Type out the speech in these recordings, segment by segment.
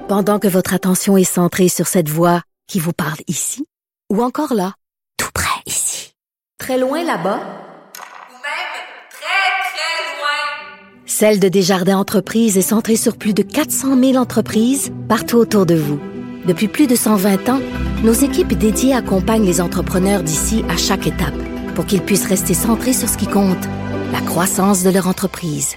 Pendant que votre attention est centrée sur cette voix qui vous parle ici, ou encore là, tout près ici, très loin là-bas, ou même très, très loin. Celle de Desjardins Entreprises est centrée sur plus de 400 000 entreprises partout autour de vous. Depuis plus de 120 ans, nos équipes dédiées accompagnent les entrepreneurs d'ici à chaque étape pour qu'ils puissent rester centrés sur ce qui compte, la croissance de leur entreprise.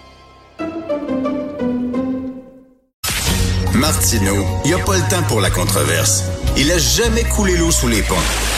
Martineau, il n'y a pas le temps pour la controverse. Il a jamais coulé l'eau sous les ponts.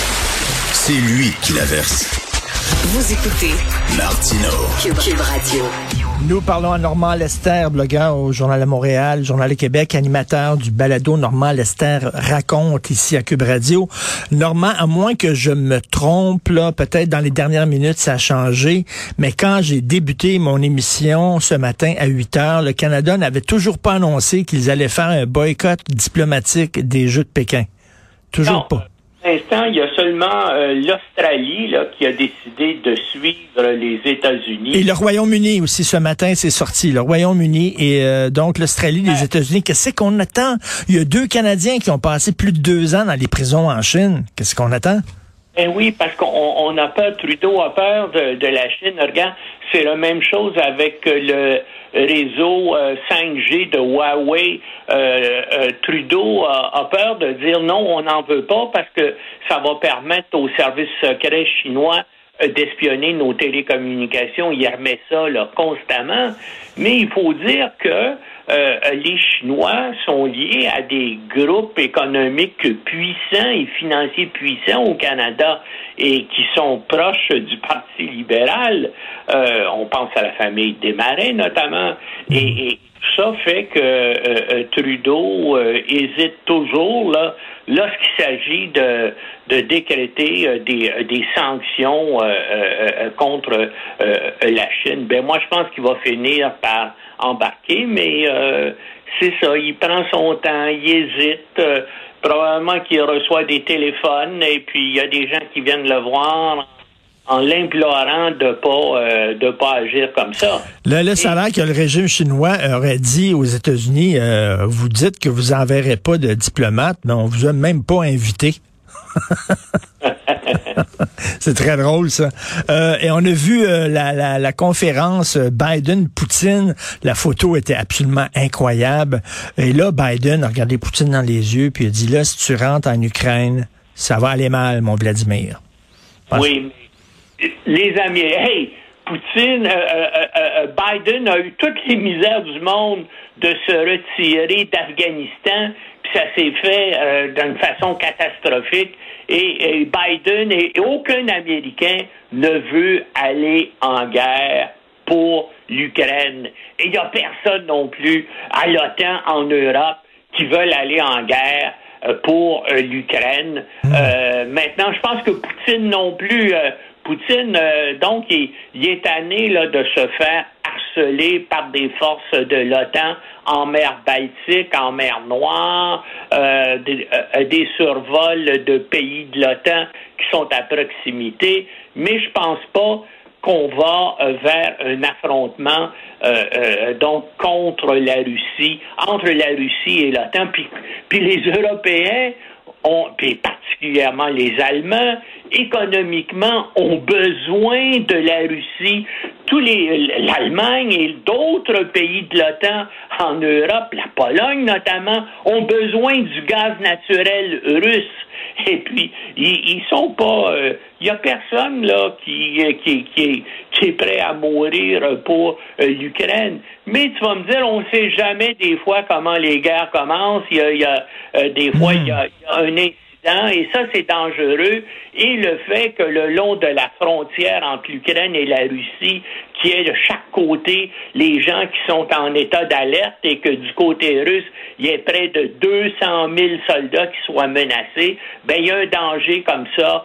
C'est lui qui la verse. Vous écoutez Martineau. Cube Radio. Nous parlons à Normand Lester, blogueur au Journal de Montréal, Journal de Québec, animateur du balado Normand Lester raconte ici à Cube Radio. Normand, à moins que je me trompe, là, peut-être dans les dernières minutes ça a changé, mais quand j'ai débuté mon émission ce matin à 8h, le Canada n'avait toujours pas annoncé qu'ils allaient faire un boycott diplomatique des Jeux de Pékin. Toujours pas. Pour l'instant, il y a seulement l'Australie là, qui a décidé de suivre les États-Unis. Et le Royaume-Uni aussi, ce matin, c'est sorti. Le Royaume-Uni et donc l'Australie, les États-Unis. Qu'est-ce qu'on attend? Il y a 2 Canadiens qui ont passé plus de 2 ans dans les prisons en Chine. Qu'est-ce qu'on attend? Ben oui, parce qu'on a peur, Trudeau a peur de la Chine. Regarde, c'est la même chose avec le réseau 5G de Huawei. Trudeau a peur de dire non, on n'en veut pas parce que ça va permettre aux services secrets chinois d'espionner nos télécommunications. Il remet ça là, constamment. Mais il faut dire que les Chinois sont liés à des groupes économiques puissants et financiers puissants au Canada et qui sont proches du Parti libéral. On pense à la famille Desmarais notamment. Et tout ça fait que Trudeau hésite toujours là lorsqu'il s'agit de décréter des sanctions contre la Chine. Ben moi, je pense qu'il va finir par embarquer, mais c'est ça, il prend son temps, il hésite, probablement qu'il reçoit des téléphones, et puis il y a des gens qui viennent le voir en l'implorant de pas agir comme ça. Là, ça a l'air que le régime chinois aurait dit aux États-Unis, vous dites que vous enverrez pas de diplomates, mais on vous a même pas invité. C'est très drôle, ça. Et on a vu la conférence Biden-Poutine. La photo était absolument incroyable. Et là, Biden a regardé Poutine dans les yeux, puis il a dit, là, si tu rentres en Ukraine, ça va aller mal, mon Vladimir. Oui, mais les amis, hey, Poutine, Biden a eu toutes les misères du monde de se retirer d'Afghanistan, puis ça s'est fait d'une façon catastrophique. Et Biden et aucun Américain ne veut aller en guerre pour l'Ukraine. Et il n'y a personne non plus à l'OTAN en Europe qui veulent aller en guerre pour l'Ukraine. Maintenant, je pense que Poutine non plus. Poutine, donc, il est tanné là, de se faire harceler par des forces de l'OTAN en mer Baltique, en mer Noire, des survols de pays de l'OTAN qui sont à proximité. Mais je pense pas qu'on va vers un affrontement donc contre la Russie, entre la Russie et l'OTAN. Puis les Européens puis particulièrement les Allemands, économiquement, ont besoin de la Russie. L'Allemagne et d'autres pays de l'OTAN en Europe, la Pologne notamment, ont besoin du gaz naturel russe. Et puis, ils sont pas... Il y a personne là qui est prêt à mourir pour l'Ukraine. Mais tu vas me dire, on ne sait jamais des fois comment les guerres commencent. Il y a des fois, il y a un incident, et ça, c'est dangereux. Et le fait que le long de la frontière entre l'Ukraine et la Russie, qui est de chaque côté les gens qui sont en état d'alerte, et que du côté russe, il y ait près de 200 000 soldats qui soient menacés, ben il y a un danger comme ça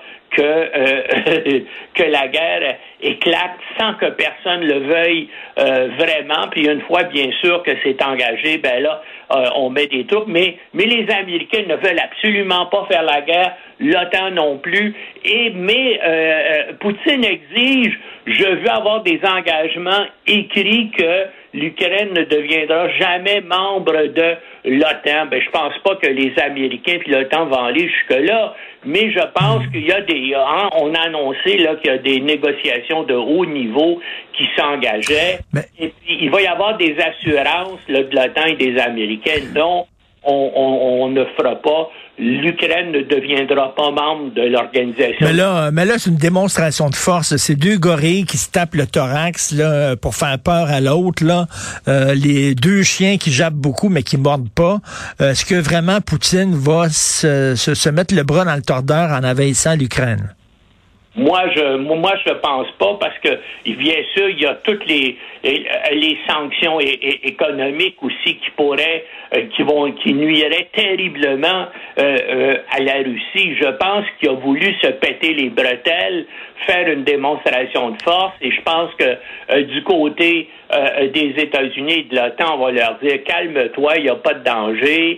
que la guerre éclate sans que personne le veuille vraiment. Puis une fois, bien sûr, que c'est engagé, ben là, on met des troupes. Mais les Américains ne veulent absolument pas faire la guerre l'OTAN non plus. Mais Poutine exige, je veux avoir des engagements écrits que l'Ukraine ne deviendra jamais membre de l'OTAN. Je pense pas que les Américains puis l'OTAN vont aller jusque-là, mais je pense qu'il y a on a annoncé là qu'il y a des négociations de haut niveau qui s'engageaient. Et puis il va y avoir des assurances là, de l'OTAN et des Américains dont on ne fera pas. L'Ukraine ne deviendra pas membre de l'organisation. Mais là, c'est une démonstration de force. C'est deux gorilles qui se tapent le thorax là pour faire peur à l'autre. Là, les deux chiens qui jappent beaucoup mais qui mordent pas. Est-ce que vraiment Poutine va se mettre le bras dans le tordeur en envahissant l'Ukraine? Moi, je pense pas parce que bien sûr, il y a toutes les sanctions économiques aussi qui pourraient qui nuiraient terriblement à la Russie. Je pense qu'il a voulu se péter les bretelles, faire une démonstration de force, et je pense que du côté des États-Unis et de l'OTAN, on va leur dire calme-toi, il n'y a pas de danger,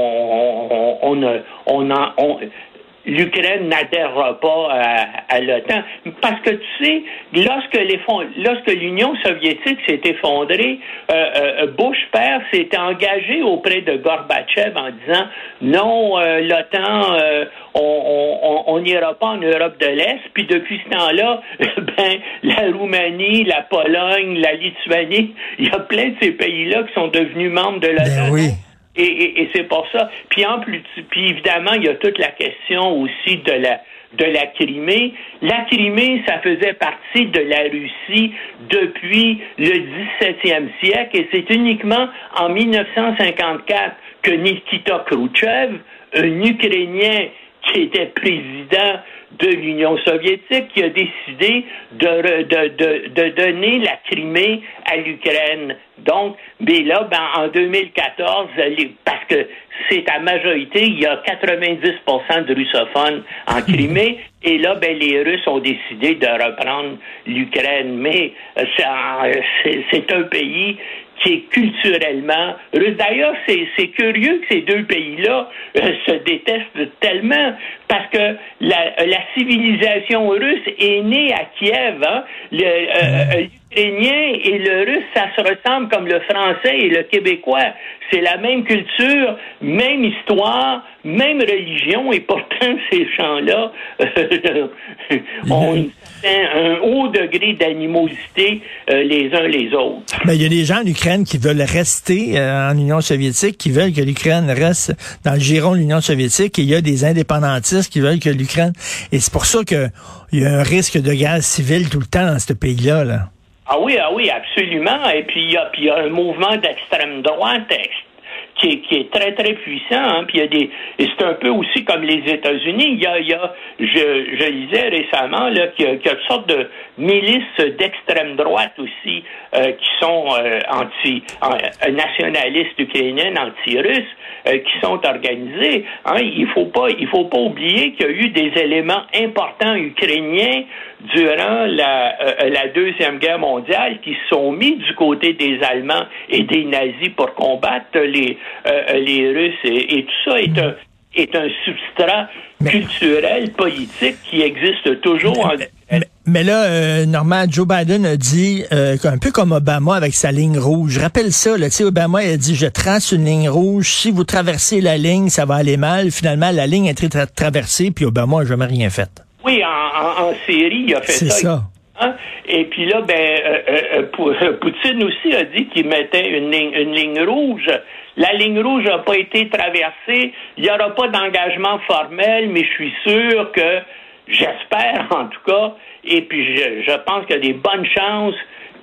l'Ukraine n'adhérera pas à l'OTAN. Parce que tu sais, lorsque l'Union soviétique s'est effondrée, Bush père s'est engagé auprès de Gorbatchev en disant non, l'OTAN, on n'ira pas en Europe de l'Est. Puis depuis ce temps-là, la Roumanie, la Pologne, la Lituanie, il y a plein de ces pays-là qui sont devenus membres de l'OTAN. Oui. Et c'est pour ça. Puis évidemment, il y a toute la question aussi de la Crimée. La Crimée, ça faisait partie de la Russie depuis le 17e siècle, et c'est uniquement en 1954 que Nikita Khrouchtchev, un Ukrainien qui était président de l'Union soviétique, qui a décidé de donner la Crimée à l'Ukraine. Donc, mais là, en 2014, parce que c'est à majorité, il y a 90% de russophones en Crimée, et là, les Russes ont décidé de reprendre l'Ukraine. Mais c'est un pays qui est culturellement russe. D'ailleurs, c'est curieux que ces deux pays-là se détestent tellement, parce que la civilisation russe est née à Kiev. L'Ukrainien et le russe, ça se ressemble comme le français et le québécois. C'est la même culture, même histoire, même religion, et pourtant ces gens-là ont un haut degré d'animosité les uns les autres. Mais il y a des gens en Ukraine qui veulent rester en Union soviétique, qui veulent que l'Ukraine reste dans le giron de l'Union soviétique, et il y a des indépendantistes qui veulent que l'Ukraine... Et c'est pour ça qu'il y a un risque de guerre civile tout le temps dans ce pays-là, là. Ah oui, absolument. Et puis il y a un mouvement d'extrême droite qui est très, très puissant. Puis et c'est un peu aussi comme les États-Unis. Je lisais récemment là, qu'il y a toutes sortes de milices d'extrême droite aussi qui sont nationalistes ukrainiennes, anti-russes, qui sont organisées. Il faut pas oublier qu'il y a eu des éléments importants ukrainiens durant la Deuxième Guerre mondiale qui se sont mis du côté des Allemands et des nazis pour combattre les Russes. Et tout ça est un substrat culturel, politique qui existe toujours en Ukraine. Mais là, Normand, Joe Biden a dit, un peu comme Obama avec sa ligne rouge. Je rappelle ça, là, tu sais, Obama a dit, je trace une ligne rouge, si vous traversez la ligne, ça va aller mal. Finalement, la ligne a été traversée, puis Obama n'a jamais rien fait. Oui, en Syrie, il a fait ça. C'est ça. Et puis là, Poutine aussi a dit qu'il mettait une ligne rouge. La ligne rouge n'a pas été traversée. Il n'y aura pas d'engagement formel, mais je suis sûr que, j'espère en tout cas, et puis je pense qu'il y a des bonnes chances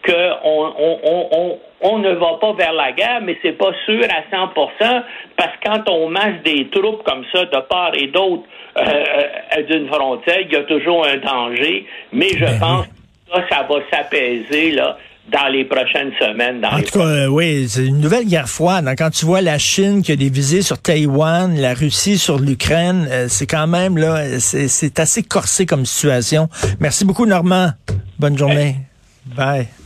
qu'on ne va pas vers la guerre, mais c'est pas sûr à 100%, parce que quand on masse des troupes comme ça de part et d'autre d'une frontière, il y a toujours un danger, mais je pense que ça va s'apaiser là dans les prochaines semaines. En tout cas, oui, c'est une nouvelle guerre froide. Quand tu vois la Chine qui a des visées sur Taïwan, la Russie sur l'Ukraine, c'est quand même, là, c'est assez corsé comme situation. Merci beaucoup, Normand. Bonne journée. Bye.